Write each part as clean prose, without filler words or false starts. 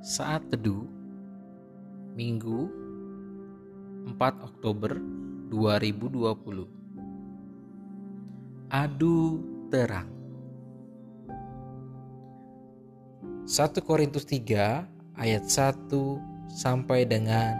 Saat Teduh Minggu 4 Oktober 2020. Adu terang. 1 Korintus 3 ayat 1 sampai dengan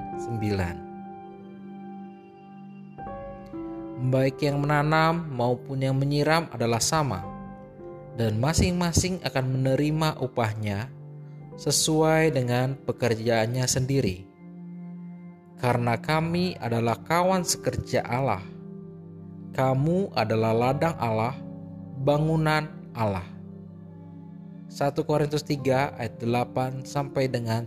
9. Baik yang menanam maupun yang menyiram adalah sama, dan masing-masing akan menerima upahnya sesuai dengan pekerjaannya sendiri. Karena kami adalah kawan sekerja Allah. Kamu adalah ladang Allah, bangunan Allah. 1 Korintus 3 ayat 8 sampai dengan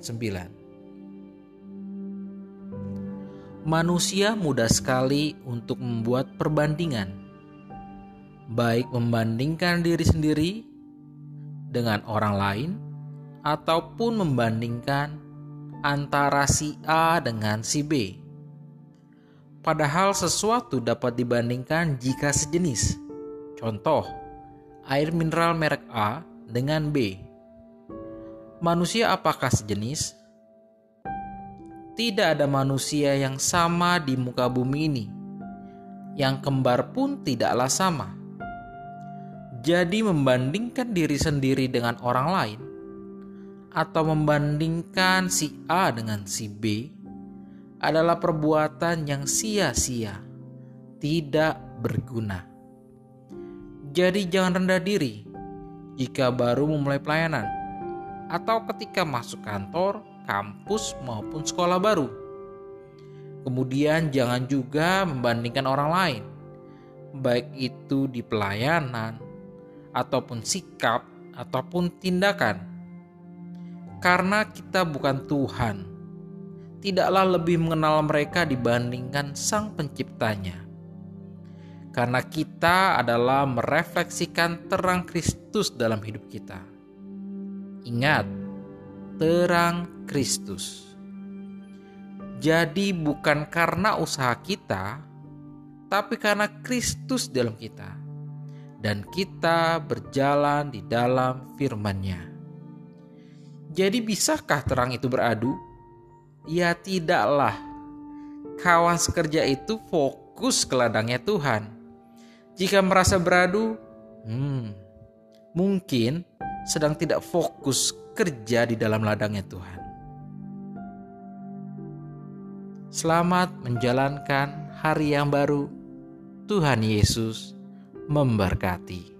9. Manusia mudah sekali untuk membuat perbandingan, baik membandingkan diri sendiri dengan orang lain, ataupun membandingkan antara si A dengan si B. Padahal sesuatu dapat dibandingkan jika sejenis. Contoh, air mineral merek A dengan B. Manusia apakah sejenis? Tidak ada manusia yang sama di muka bumi ini. Yang kembar pun tidaklah sama. Jadi membandingkan diri sendiri dengan orang lain atau membandingkan si A dengan si B adalah perbuatan yang sia-sia, tidak berguna. Jadi jangan rendah diri jika baru memulai pelayanan atau ketika masuk kantor, kampus maupun sekolah baru. Kemudian jangan juga membandingkan orang lain, baik itu di pelayanan ataupun sikap ataupun tindakan. Karena kita bukan Tuhan, tidaklah lebih mengenal mereka dibandingkan Sang Penciptanya. Karena kita adalah merefleksikan terang Kristus dalam hidup kita. Ingat, terang Kristus. Jadi bukan karena usaha kita, tapi karena Kristus dalam kita. Dan kita berjalan di dalam firman-Nya. Jadi bisakah terang itu beradu? Ya tidaklah. Kawan sekerja itu fokus ke ladangnya Tuhan. Jika merasa beradu, mungkin sedang tidak fokus kerja di dalam ladangnya Tuhan. Selamat menjalankan hari yang baru. Tuhan Yesus memberkati.